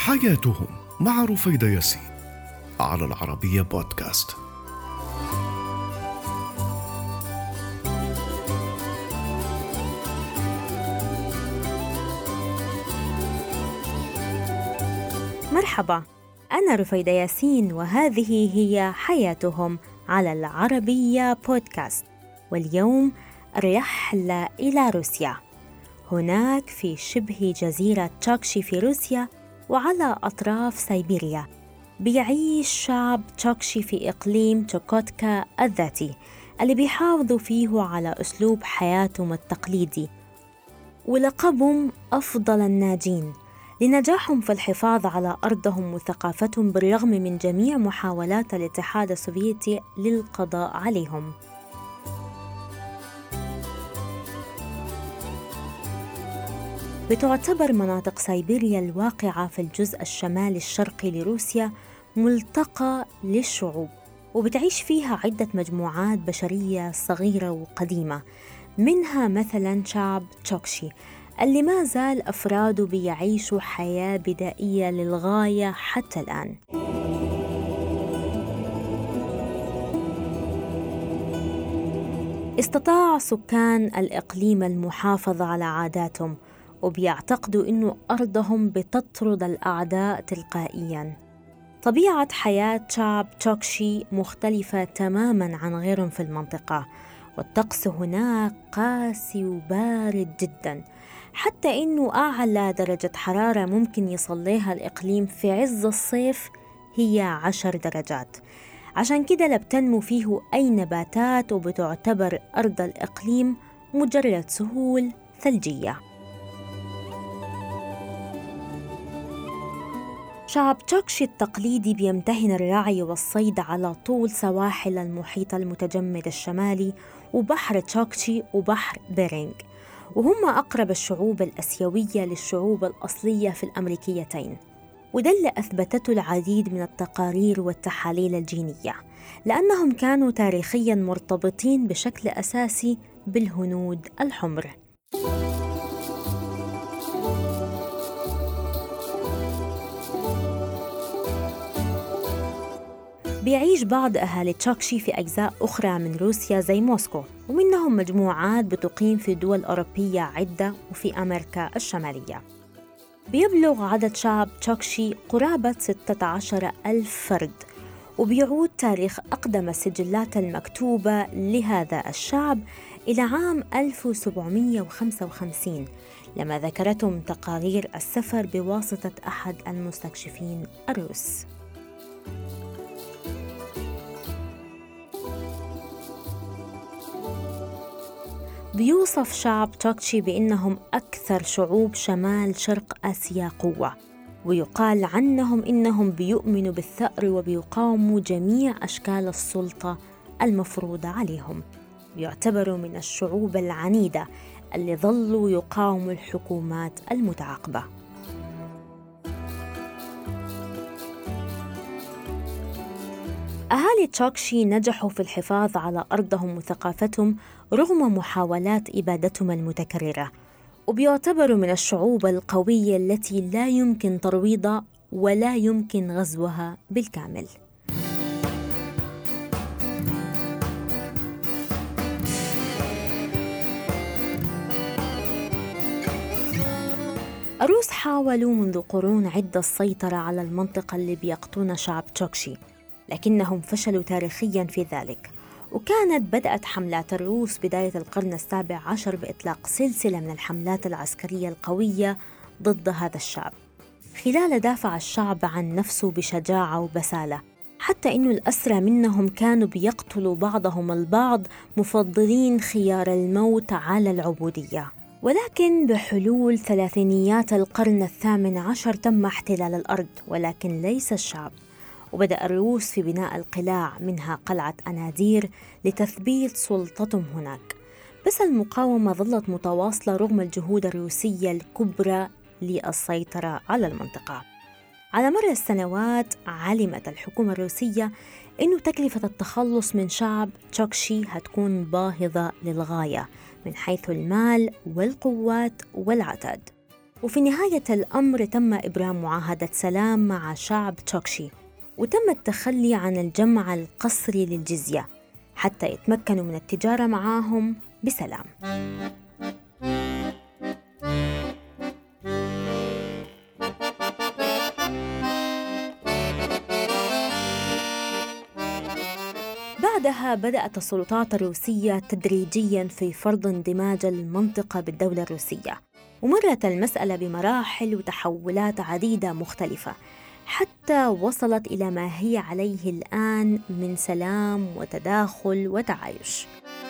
حياتهم مع رفيدة ياسين على العربية بودكاست. مرحبا، أنا رفيدة ياسين وهذه هي حياتهم على العربية بودكاست. واليوم رحلة إلى روسيا. هناك في شبه جزيرة تشوكشي في روسيا وعلى أطراف سيبيريا بيعيش شعب تشوكشي في إقليم تشوكوتكا الذاتي اللي بيحافظوا فيه على أسلوب حياتهم التقليدي، ولقبهم أفضل الناجين لنجاحهم في الحفاظ على أرضهم وثقافتهم بالرغم من جميع محاولات الاتحاد السوفيتي للقضاء عليهم. بتعتبر مناطق سيبيريا الواقعة في الجزء الشمالي الشرقي لروسيا ملتقى للشعوب، وبتعيش فيها عدة مجموعات بشرية صغيرة وقديمة، منها مثلاً شعب تشوكشي اللي ما زال أفراده بيعيشوا حياة بدائية للغاية حتى الآن. استطاع سكان الإقليم المحافظة على عاداتهم، وبيعتقدوا إنه أرضهم بتطرد الأعداء تلقائياً. طبيعة حياة شعب تشوكشي مختلفة تماماً عن غيرهم في المنطقة، والطقس هناك قاسي وبارد جداً، حتى إنه أعلى درجة حرارة ممكن يصل لها الإقليم في عز الصيف هي 10 درجات. عشان كده لا بتنمو فيه أي نباتات، وبتعتبر أرض الإقليم مجرد سهول ثلجية. شعب تشوكشي التقليدي بيمتهن الرعي والصيد على طول سواحل المحيط المتجمد الشمالي وبحر تشوكشي وبحر بيرينغ، وهم أقرب الشعوب الآسيوية للشعوب الأصلية في الأمريكيتين. وده اللي أثبتته العديد من التقارير والتحاليل الجينية، لأنهم كانوا تاريخياً مرتبطين بشكل أساسي بالهنود الحمر. بيعيش بعض أهالي تشوكشي في أجزاء أخرى من روسيا زي موسكو، ومنهم مجموعات بتقيم في دول أوروبية عدة وفي أمريكا الشمالية. بيبلغ عدد شعب تشوكشي قرابة 16,000 فرد، وبيعود تاريخ أقدم السجلات المكتوبة لهذا الشعب إلى عام 1755 لما ذكرتهم تقارير السفر بواسطة أحد المستكشفين الروس. بيوصف شعب تشوكشي بأنهم أكثر شعوب شمال شرق آسيا قوة، ويقال عنهم إنهم بيؤمنوا بالثأر وبيقاوموا جميع أشكال السلطة المفروضة عليهم. يعتبروا من الشعوب العنيدة اللي ظلوا يقاوموا الحكومات المتعاقبة. أهالي تشوكشي نجحوا في الحفاظ على أرضهم وثقافتهم رغم محاولات إبادتهم المتكررة، وبيعتبروا من الشعوب القوية التي لا يمكن ترويضها ولا يمكن غزوها بالكامل. الروس حاولوا منذ قرون عدة السيطرة على المنطقة اللي بيقطنها شعب تشوكشي، لكنهم فشلوا تاريخياً في ذلك. وكانت بدأت حملات الروس بداية القرن السابع عشر بإطلاق سلسلة من الحملات العسكرية القوية ضد هذا الشعب، خلال دافع الشعب عن نفسه بشجاعة وبسالة، حتى إنه الأسرى منهم كانوا بيقتلوا بعضهم البعض مفضلين خيار الموت على العبودية. ولكن بحلول ثلاثينيات القرن الثامن عشر تم احتلال الأرض، ولكن ليس الشعب، وبدأ الروس في بناء القلاع منها قلعة أنادير لتثبيت سلطتهم هناك. بس المقاومة ظلت متواصلة رغم الجهود الروسية الكبرى للسيطرة على المنطقة. على مر السنوات علمت الحكومة الروسية إنه تكلفة التخلص من شعب تشوكشي هتكون باهظة للغاية من حيث المال والقوات والعتاد. وفي نهاية الأمر تم إبرام معاهدة سلام مع شعب تشوكشي، وتم التخلي عن الجمع القسري للجزية حتى يتمكنوا من التجارة معهم بسلام. بعدها بدأت السلطات الروسية تدريجياً في فرض اندماج المنطقة بالدولة الروسية، ومرت المسألة بمراحل وتحولات عديدة مختلفة حتى وصلت إلى ما هي عليه الآن من سلام وتداخل وتعايش.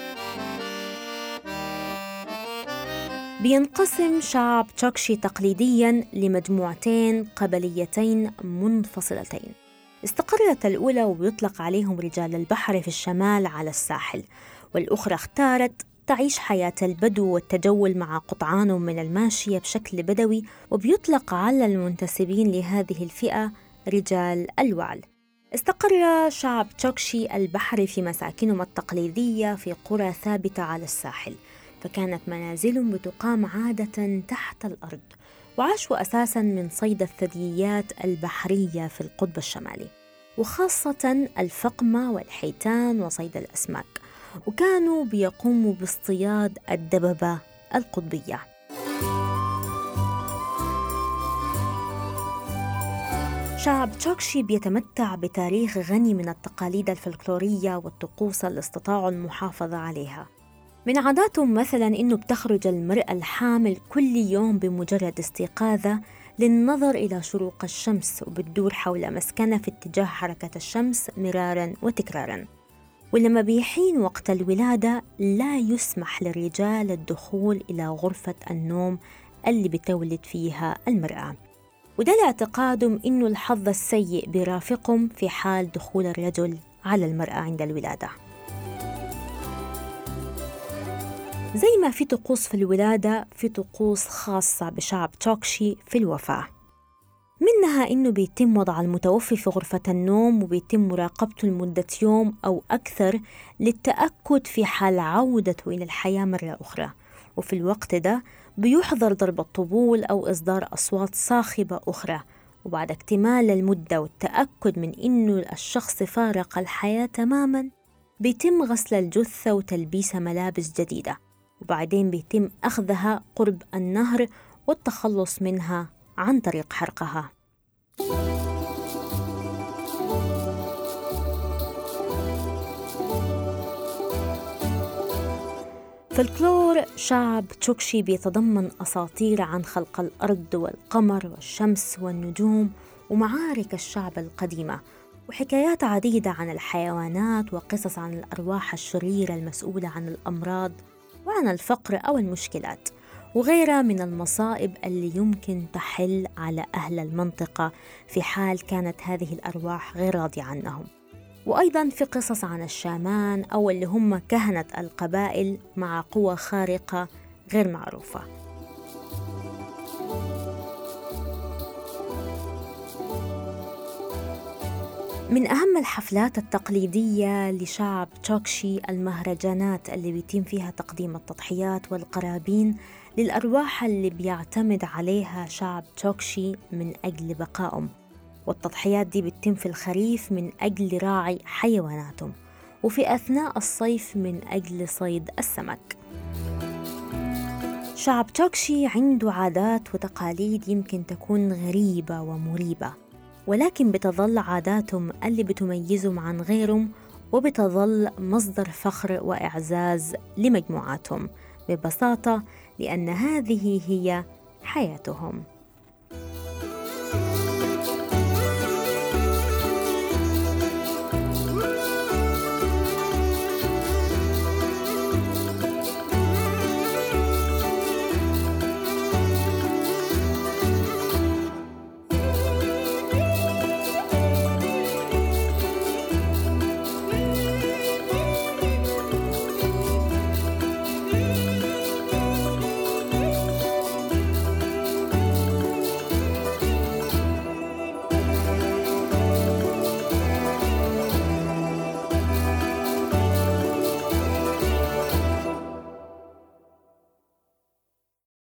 بينقسم شعب تشوكشي تقليدياً لمجموعتين قبليتين منفصلتين. استقرت الأولى ويطلق عليهم رجال البحر في الشمال على الساحل، والأخرى اختارت تعيش حياة البدو والتجول مع قطعان من الماشية بشكل بدوي، وبيطلق على المنتسبين لهذه الفئة رجال الوعل. استقر شعب تشوكشي البحري في مساكنهم التقليدية في قرى ثابتة على الساحل، فكانت منازلهم بتقام عادة تحت الأرض، وعاشوا أساساً من صيد الثدييات البحرية في القطب الشمالي، وخاصة الفقمة والحيتان وصيد الأسماك، وكانوا بيقوموا باصطياد الدببة القطبية. شعب تشوكشي بيتمتع بتاريخ غني من التقاليد الفلكلورية والطقوس اللي استطاعوا المحافظة عليها. من عاداتهم مثلاً إنه بتخرج المرأة الحامل كل يوم بمجرد استيقاظها للنظر إلى شروق الشمس، وبتدور حول مسكنها في اتجاه حركة الشمس مراراً وتكراراً. ولما بيحين وقت الولادة لا يسمح للرجال الدخول إلى غرفة النوم اللي بتولد فيها المرأة، وده لاعتقادهم إنه الحظ السيء بيرافقهم في حال دخول الرجل على المرأة عند الولادة. زي ما في طقوس في الولادة، في طقوس خاصة بشعب تشوكشي في الوفاة، منها إنه بيتم وضع المتوفي في غرفة النوم وبيتم مراقبته لمدة يوم أو أكثر للتأكد في حال عودته إلى الحياة مرة أخرى، وفي الوقت ده بيحظر ضرب الطبول أو إصدار أصوات صاخبة أخرى، وبعد اكتمال المدة والتأكد من إنه الشخص فارق الحياة تماماً بيتم غسل الجثة وتلبيسها ملابس جديدة، وبعدين بيتم أخذها قرب النهر والتخلص منها عن طريق حرقها. فلكلور شعب تشوكشي بيتضمن أساطير عن خلق الأرض والقمر والشمس والنجوم ومعارك الشعب القديمة، وحكايات عديدة عن الحيوانات، وقصص عن الأرواح الشريرة المسؤولة عن الأمراض وعن الفقر أو المشكلات، وغيرها من المصائب اللي يمكن تحل على أهل المنطقة في حال كانت هذه الأرواح غير راضية عنهم. وأيضاً في قصص عن الشامان أو اللي هم كهنة القبائل مع قوة خارقة غير معروفة. من أهم الحفلات التقليدية لشعب تشوكشي المهرجانات اللي بيتم فيها تقديم التضحيات والقرابين للأرواح اللي بيعتمد عليها شعب تشوكشي من أجل بقائهم، والتضحيات دي بتتم في الخريف من أجل راعي حيواناتهم، وفي أثناء الصيف من أجل صيد السمك. شعب تشوكشي عنده عادات وتقاليد يمكن تكون غريبة ومريبة، ولكن بتظل عاداتهم اللي بتميزهم عن غيرهم، وبتظل مصدر فخر وإعزاز لمجموعاتهم، ببساطة لأن هذه هي حياتهم.